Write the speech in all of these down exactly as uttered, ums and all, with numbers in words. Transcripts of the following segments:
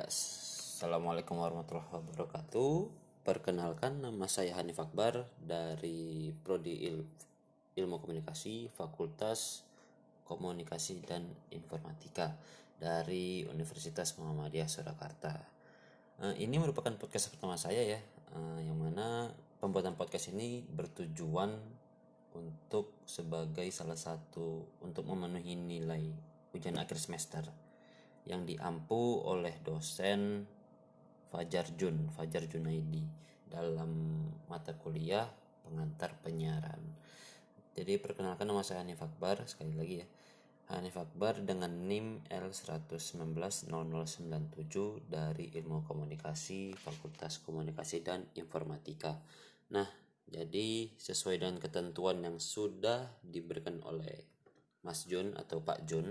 Ya, Assalamualaikum warahmatullahi wabarakatuh. Perkenalkan, nama saya Hanif Akbar dari Prodi Il- Ilmu Komunikasi, Fakultas Komunikasi dan Informatika dari Universitas Muhammadiyah Surakarta. Eh, ini merupakan podcast pertama saya ya, eh, yang mana pembuatan podcast ini bertujuan untuk sebagai salah satu untuk memenuhi nilai ujian akhir semester yang diampu oleh dosen Fajar Jun, Fajar Junaidi dalam mata kuliah pengantar penyiaran. Jadi perkenalkan, nama saya Hanif Akbar, sekali lagi ya. Hanif Akbar dengan N I M L satu satu sembilan nol nol sembilan tujuh dari Ilmu Komunikasi, Fakultas Komunikasi dan Informatika. Nah, jadi sesuai dengan ketentuan yang sudah diberikan oleh Mas Jun atau Pak Jun,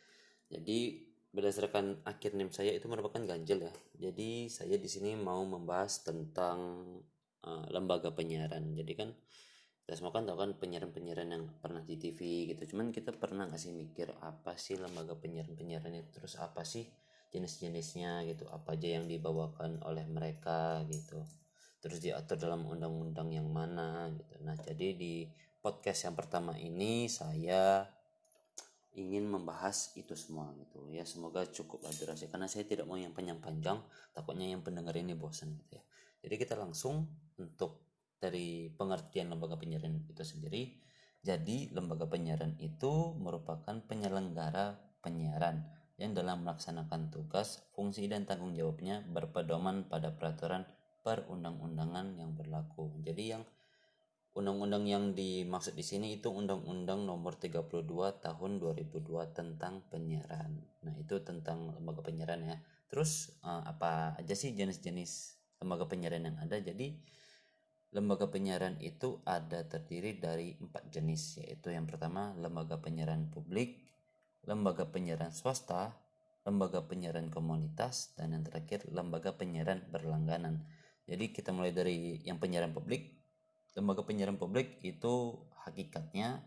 jadi berdasarkan akhir N I M saya itu merupakan ganjil ya. Jadi saya di sini mau membahas tentang uh, lembaga penyiaran. Jadi kan kita semua kan tahu kan penyiaran-penyiaran yang pernah di T V gitu. Cuman kita pernah nggak sih mikir apa sih lembaga penyiaran-penyiaran itu, terus apa sih jenis-jenisnya gitu, apa aja yang dibawakan oleh mereka gitu, terus diatur dalam undang-undang yang mana gitu. Nah, jadi di podcast yang pertama ini saya ingin membahas itu semua gitu ya. Semoga cukup lah durasi, karena saya tidak mau yang panjang-panjang, takutnya yang pendengar ini bosan gitu ya. Jadi kita langsung untuk dari pengertian lembaga penyiaran itu sendiri. Jadi lembaga penyiaran itu merupakan penyelenggara penyiaran yang dalam melaksanakan tugas, fungsi dan tanggung jawabnya berpedoman pada peraturan perundang-undangan yang berlaku. Jadi yang undang-undang yang dimaksud di sini itu Undang-Undang Nomor tiga puluh dua Tahun dua ribu dua tentang penyiaran. Nah, itu tentang lembaga penyiaran ya. Terus uh, apa aja sih jenis-jenis lembaga penyiaran yang ada? Jadi lembaga penyiaran itu ada terdiri dari empat jenis, yaitu yang pertama lembaga penyiaran publik, lembaga penyiaran swasta, lembaga penyiaran komunitas, dan yang terakhir lembaga penyiaran berlangganan. Jadi kita mulai dari yang penyiaran publik. Lembaga penyiaran publik itu hakikatnya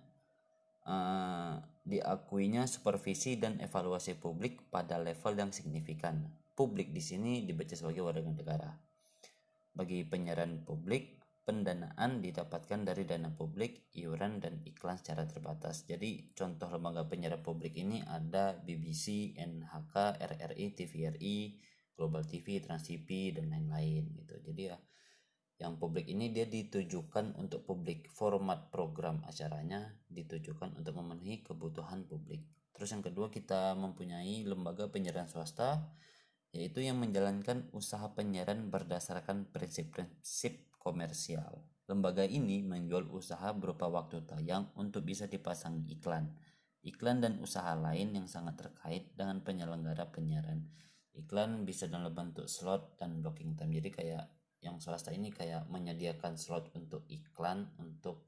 uh, diakuinya supervisi dan evaluasi publik pada level yang signifikan. Publik di sini dibaca sebagai warga negara. Bagi penyiaran publik, pendanaan didapatkan dari dana publik, iuran, dan iklan secara terbatas. Jadi contoh lembaga penyiaran publik ini ada B B C, N H K, R R I, T V R I, Global T V, Trans T V, dan lain-lain gitu. Jadi ya, yang publik ini dia ditujukan untuk publik, format program acaranya ditujukan untuk memenuhi kebutuhan publik. Terus yang kedua, kita mempunyai lembaga penyiaran swasta, yaitu yang menjalankan usaha penyiaran berdasarkan prinsip-prinsip komersial. Lembaga ini menjual usaha berupa waktu tayang untuk bisa dipasang iklan, iklan dan usaha lain yang sangat terkait dengan penyelenggara penyiaran. Iklan bisa dalam bentuk slot dan blocking time. Jadi kayak yang swasta ini kayak menyediakan slot untuk iklan untuk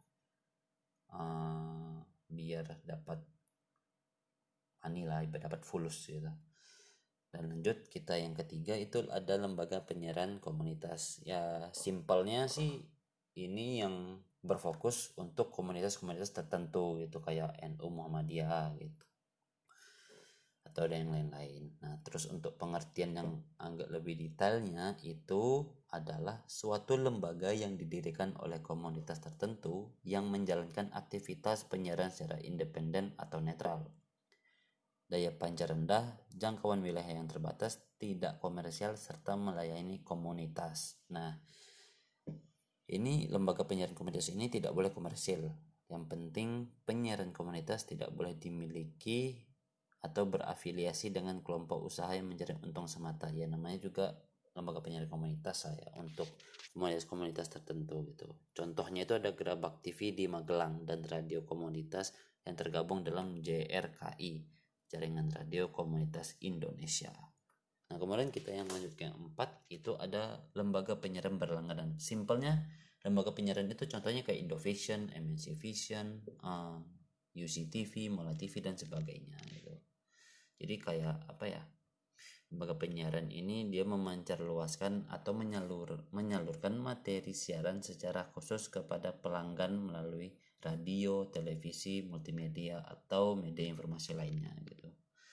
uh, biar dapat money lah, dapat fulus gitu. Dan lanjut kita yang ketiga itu ada lembaga penyiaran komunitas. Ya simpelnya sih ini yang berfokus untuk komunitas-komunitas tertentu gitu, kayak N U Muhammadiyah gitu, atau ada yang lain-lain. Nah, terus untuk pengertian yang agak lebih detailnya itu adalah suatu lembaga yang didirikan oleh komunitas tertentu yang menjalankan aktivitas penyiaran secara independen atau netral. Daya pancar rendah, jangkauan wilayah yang terbatas, tidak komersial, serta melayani komunitas. Nah, ini lembaga penyiaran komunitas ini tidak boleh komersil. Yang penting penyiaran komunitas tidak boleh dimiliki atau berafiliasi dengan kelompok usaha yang mencari untung semata. Ya namanya juga lembaga penyiaran komunitas saya untuk komunitas-komunitas tertentu gitu. Contohnya itu ada Gerabak T V di Magelang dan radio komunitas yang tergabung dalam J R K I, Jaringan Radio Komunitas Indonesia. Nah, kemudian kita yang lanjut ke yang empat itu ada lembaga penyiaran berlangganan. Simpelnya lembaga penyiaran itu contohnya kayak Indovision, M N C Vision, uh, U C T V, Mola T V, dan sebagainya gitu. Jadi kayak apa ya, lembaga penyiaran ini dia memancar luaskan atau menyalur, menyalurkan materi siaran secara khusus kepada pelanggan melalui radio, televisi, multimedia, atau media informasi lainnya gitu.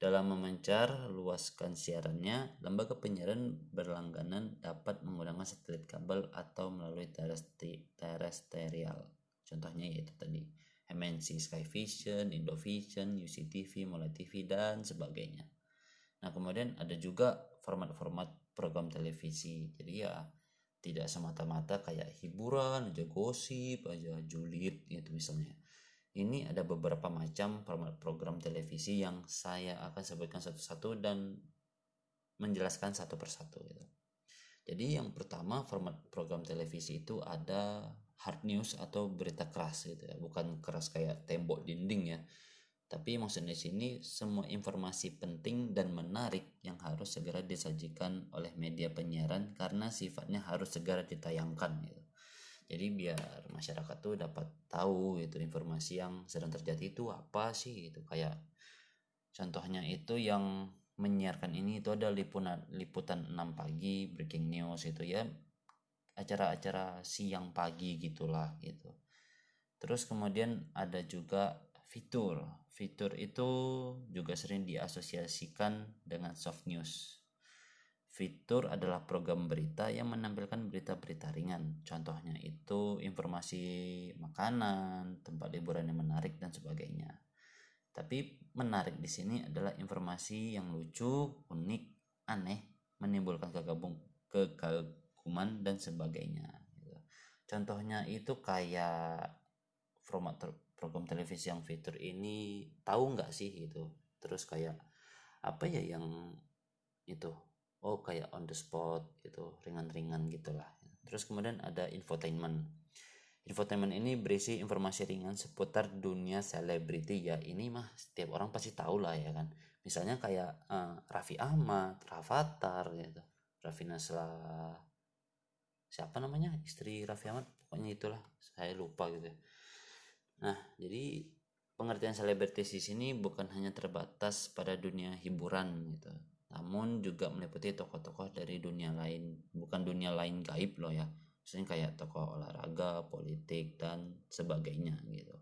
Dalam memancar luaskan siarannya, lembaga penyiaran berlangganan dapat menggunakan satelit, kabel, atau melalui terestri- terestrial. Contohnya yaitu tadi M N C Skyvision, Indovision, U C T V, Mola T V, dan sebagainya. Nah, kemudian ada juga format-format program televisi. Jadi ya tidak semata-mata kayak hiburan aja, gosip aja, julid gitu misalnya. Ini ada beberapa macam format program televisi yang saya akan sebutkan satu-satu dan menjelaskan satu persatu gitu. Jadi yang pertama, format program televisi itu ada hard news atau berita keras gitu ya, bukan keras kayak tembok dinding ya. Tapi maksudnya di sini semua informasi penting dan menarik yang harus segera disajikan oleh media penyiaran karena sifatnya harus segera ditayangkan gitu. Jadi biar masyarakat tuh dapat tahu gitu informasi yang sedang terjadi itu apa sih gitu. Kayak contohnya itu yang menyiarkan ini itu ada liputan liputan enam pagi, breaking news itu ya, acara-acara siang pagi gitulah gitu. Terus kemudian ada juga fitur. Fitur itu juga sering diasosiasikan dengan soft news. Fitur adalah program berita yang menampilkan berita-berita ringan. Contohnya itu informasi makanan, tempat liburan yang menarik dan sebagainya. Tapi menarik di sini adalah informasi yang lucu, unik, aneh, menimbulkan kegabung, kekaguman dan sebagainya. Contohnya itu kayak format program televisi yang fitur ini, tahu nggak sih gitu. Terus kayak apa ya yang itu, oh kayak on the spot gitu, ringan-ringan gitulah. Terus kemudian ada infotainment. Infotainment ini berisi informasi ringan seputar dunia selebriti ya. Ini mah setiap orang pasti tahu lah ya kan. Misalnya kayak uh, Raffi Ahmad, Rafathar gitu, Raffi Nasla, siapa namanya istri Raffi Ahmad, pokoknya itulah saya lupa gitu. Nah, jadi pengertian selebritis di sini bukan hanya terbatas pada dunia hiburan gitu, namun juga meliputi tokoh-tokoh dari dunia lain, bukan dunia lain gaib loh ya, maksudnya kayak tokoh olahraga, politik, dan sebagainya gitu.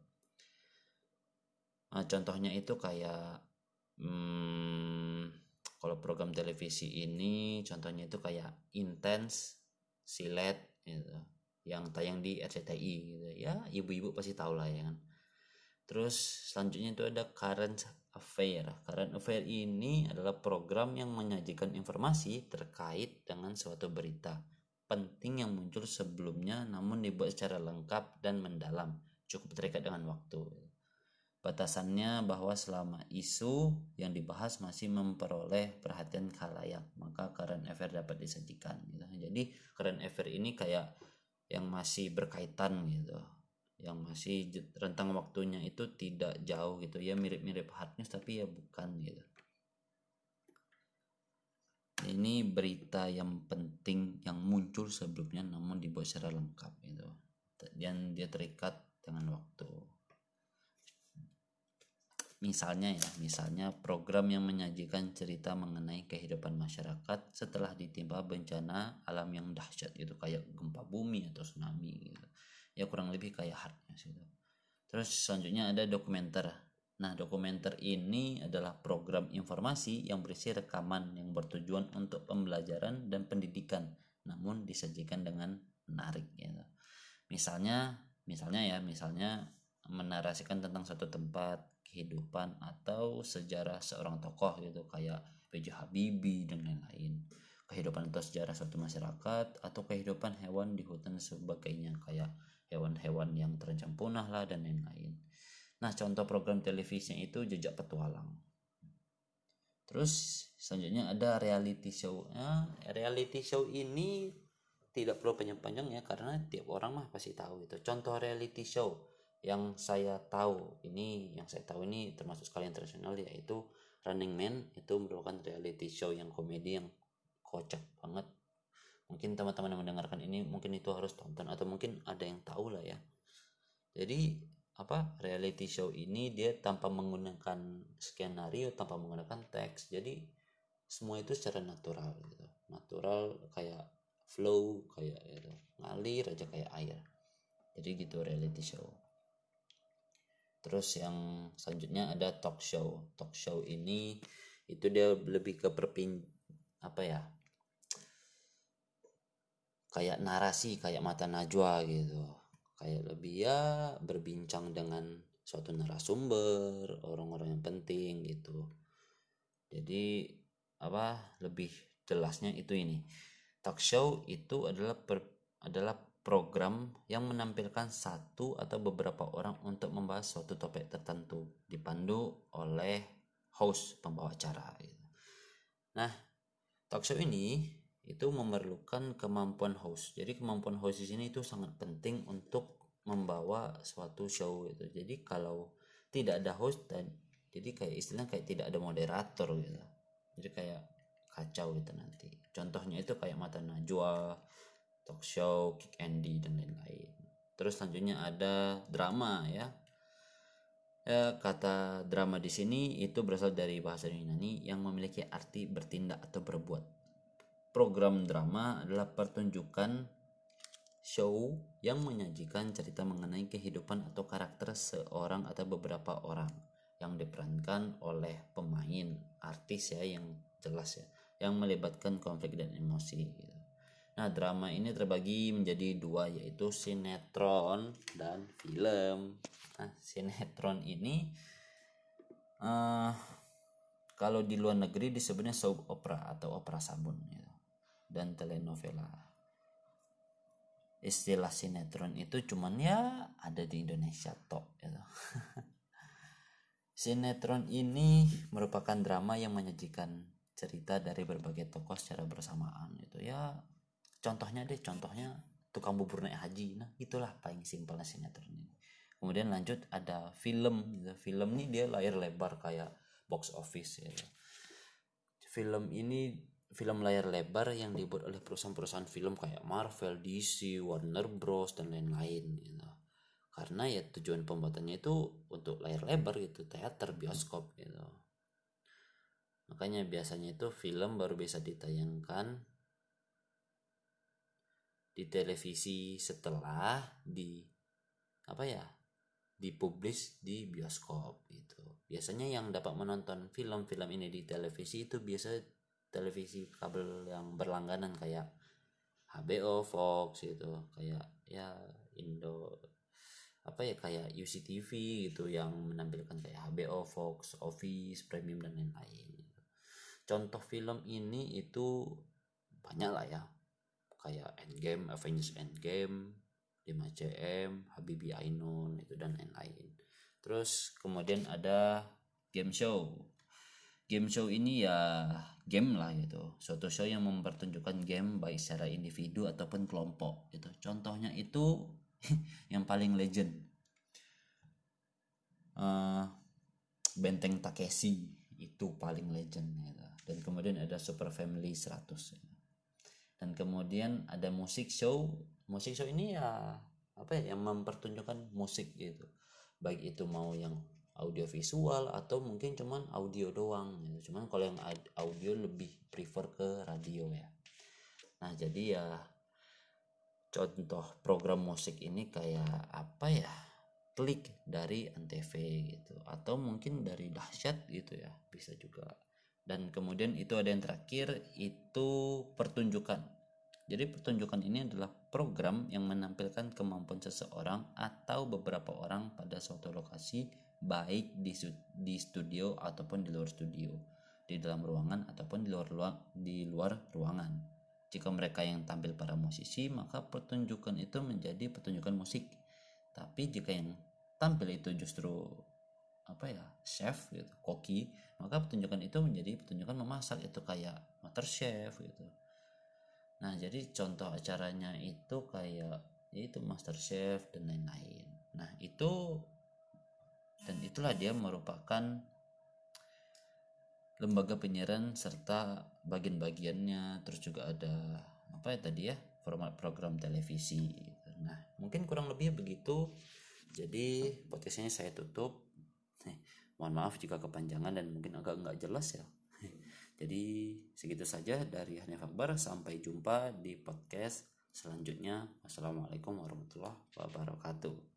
Nah, contohnya itu kayak hmm, kalau program televisi ini contohnya itu kayak Intense, Silet gitu, yang tayang di R C T I gitu ya, ibu-ibu pasti tahu lah ya kan. Terus selanjutnya itu ada Current Affair. Current Affair ini adalah program yang menyajikan informasi terkait dengan suatu berita penting yang muncul sebelumnya namun dibuat secara lengkap dan mendalam, cukup terikat dengan waktu. Batasannya bahwa selama isu yang dibahas masih memperoleh perhatian khalayak, maka Current Affair dapat disajikan gitu. Jadi Current Affair ini kayak yang masih berkaitan gitu, yang masih rentang waktunya itu tidak jauh gitu ya, mirip-mirip hard news tapi ya bukan gitu. Ini berita yang penting yang muncul sebelumnya namun dibuat secara lengkap gitu, dan dia terikat dengan waktu. Misalnya ya, misalnya program yang menyajikan cerita mengenai kehidupan masyarakat setelah ditimpa bencana alam yang dahsyat gitu, kayak gempa bumi atau tsunami gitu. Ya kurang lebih kayak hard news gitu. Terus selanjutnya ada dokumenter. Nah, dokumenter ini adalah program informasi yang berisi rekaman yang bertujuan untuk pembelajaran dan pendidikan, namun disajikan dengan menarik gitu. Misalnya, misalnya ya, misalnya menarasikan tentang suatu tempat, kehidupan atau sejarah seorang tokoh gitu, kayak B J Habibie dan lain-lain. Kehidupan atau sejarah suatu masyarakat atau kehidupan hewan di hutan dan sebagainya, kayak hewan-hewan yang terancam punah lah dan lain-lain. Nah, contoh program televisinya itu Jejak Petualang. Terus selanjutnya ada reality show. Nah, reality show ini tidak perlu panjang-panjang ya, karena tiap orang mah pasti tahu itu. Contoh reality show yang saya tahu ini, yang saya tahu ini termasuk skala internasional, yaitu Running Man. Itu merupakan reality show yang komedi yang kocak banget. Mungkin teman-teman yang mendengarkan ini mungkin itu harus tonton, atau mungkin ada yang tahu lah ya. Jadi apa, reality show ini dia tanpa menggunakan skenario, tanpa menggunakan teks, jadi semua itu secara natural gitu, natural kayak flow, kayak gitu, ngalir aja kayak air. Jadi gitu reality show. Terus yang selanjutnya ada talk show. Talk show ini itu dia lebih ke perpin apa ya, kayak narasi, kayak mata najwa gitu, kayak lebih ya berbincang dengan suatu narasumber, orang-orang yang penting gitu. Jadi apa, lebih jelasnya itu ini, talk show itu adalah per, adalah program yang menampilkan satu atau beberapa orang untuk membahas suatu topik tertentu, dipandu oleh host, pembawa acara gitu. Nah, talk show ini itu memerlukan kemampuan host. Jadi kemampuan host di sini itu sangat penting untuk membawa suatu show gitu. Jadi kalau tidak ada host, dan jadi kayak istilah kayak tidak ada moderator gitu. Jadi kayak kacau gitu nanti. Contohnya itu kayak Mata Najwa, talk show, Kick Andy dan lain-lain. Terus selanjutnya ada drama ya. Ya, kata drama di sini itu berasal dari bahasa Yunani yang memiliki arti bertindak atau berbuat. Program drama adalah pertunjukan show yang menyajikan cerita mengenai kehidupan atau karakter seorang atau beberapa orang yang diperankan oleh pemain, artis ya, yang jelas ya, yang melibatkan konflik dan emosi gitu. Nah, drama ini terbagi menjadi dua, yaitu sinetron dan film. Nah, sinetron ini uh, kalau di luar negeri disebutnya soap opera atau opera sabun gitu. Dan telenovela. Istilah sinetron itu cuman ya ada di Indonesia tok gitu. Sinetron ini merupakan drama yang menyajikan cerita dari berbagai tokoh secara bersamaan gitu ya. Contohnya deh, contohnya tukang bubur naik haji. Nah, itulah paling simpelnya sinetron ini. Kemudian lanjut ada film gitu. Film ini dia layar lebar kayak box office gitu. Film ini film layar lebar yang dibuat oleh perusahaan-perusahaan film kayak Marvel, D C, Warner Bros dan lain-lain gitu. Karena ya tujuan pembuatannya itu untuk layar lebar gitu, teater, bioskop gitu. Makanya biasanya itu film baru bisa ditayangkan di televisi setelah di apa ya, dipublish di bioskop gitu. Biasanya yang dapat menonton film-film ini di televisi itu biasa televisi kabel yang berlangganan kayak H B O, Fox gitu, kayak ya Indo apa ya, kayak U C T V gitu yang menampilkan kayak H B O, Fox, Office, Premium dan lain-lain gitu. Contoh film ini itu banyak lah ya, kayak Endgame, Avengers Endgame, lima C M, Habibie Ainun itu dan lain-lain. Terus kemudian ada game show. Game show ini ya game lah gitu, suatu show yang mempertunjukkan game baik secara individu ataupun kelompok gitu. Contohnya itu yang paling legend, uh, Benteng Takeshi itu paling legend gitu. Dan kemudian ada Super Family seratus gitu. Dan kemudian ada musik show. Musik show ini ya apa ya, yang mempertunjukkan musik gitu, baik itu mau yang audio visual atau mungkin cuman audio doang gitu. Cuman kalau yang audio lebih prefer ke radio ya. Nah, jadi ya contoh program musik ini kayak apa ya, Klik dari Antv gitu, atau mungkin dari Dahsyat gitu ya, bisa juga. Dan kemudian itu ada yang terakhir, itu pertunjukan. Jadi pertunjukan ini adalah program yang menampilkan kemampuan seseorang atau beberapa orang pada suatu lokasi, baik di, di studio ataupun di luar studio, di dalam ruangan ataupun di luar, luar di luar ruangan. Jika mereka yang tampil para musisi, maka pertunjukan itu menjadi pertunjukan musik. Tapi jika yang tampil itu justru apa ya, chef gitu, koki, maka pertunjukan itu menjadi pertunjukan memasak, itu kayak MasterChef gitu. Nah, jadi contoh acaranya itu kayak yaitu MasterChef dan lain-lain. Nah, itu dan itulah dia merupakan lembaga penyiaran serta bagian-bagiannya. Terus juga ada apa ya tadi ya, format program televisi gitu. Nah, mungkin kurang lebih begitu. Jadi podcastnya saya tutup. Eh, mohon maaf jika kepanjangan dan mungkin agak nggak jelas ya. Jadi segitu saja dari Hanif Akbar. Sampai jumpa di podcast selanjutnya. Wassalamualaikum warahmatullahi wabarakatuh.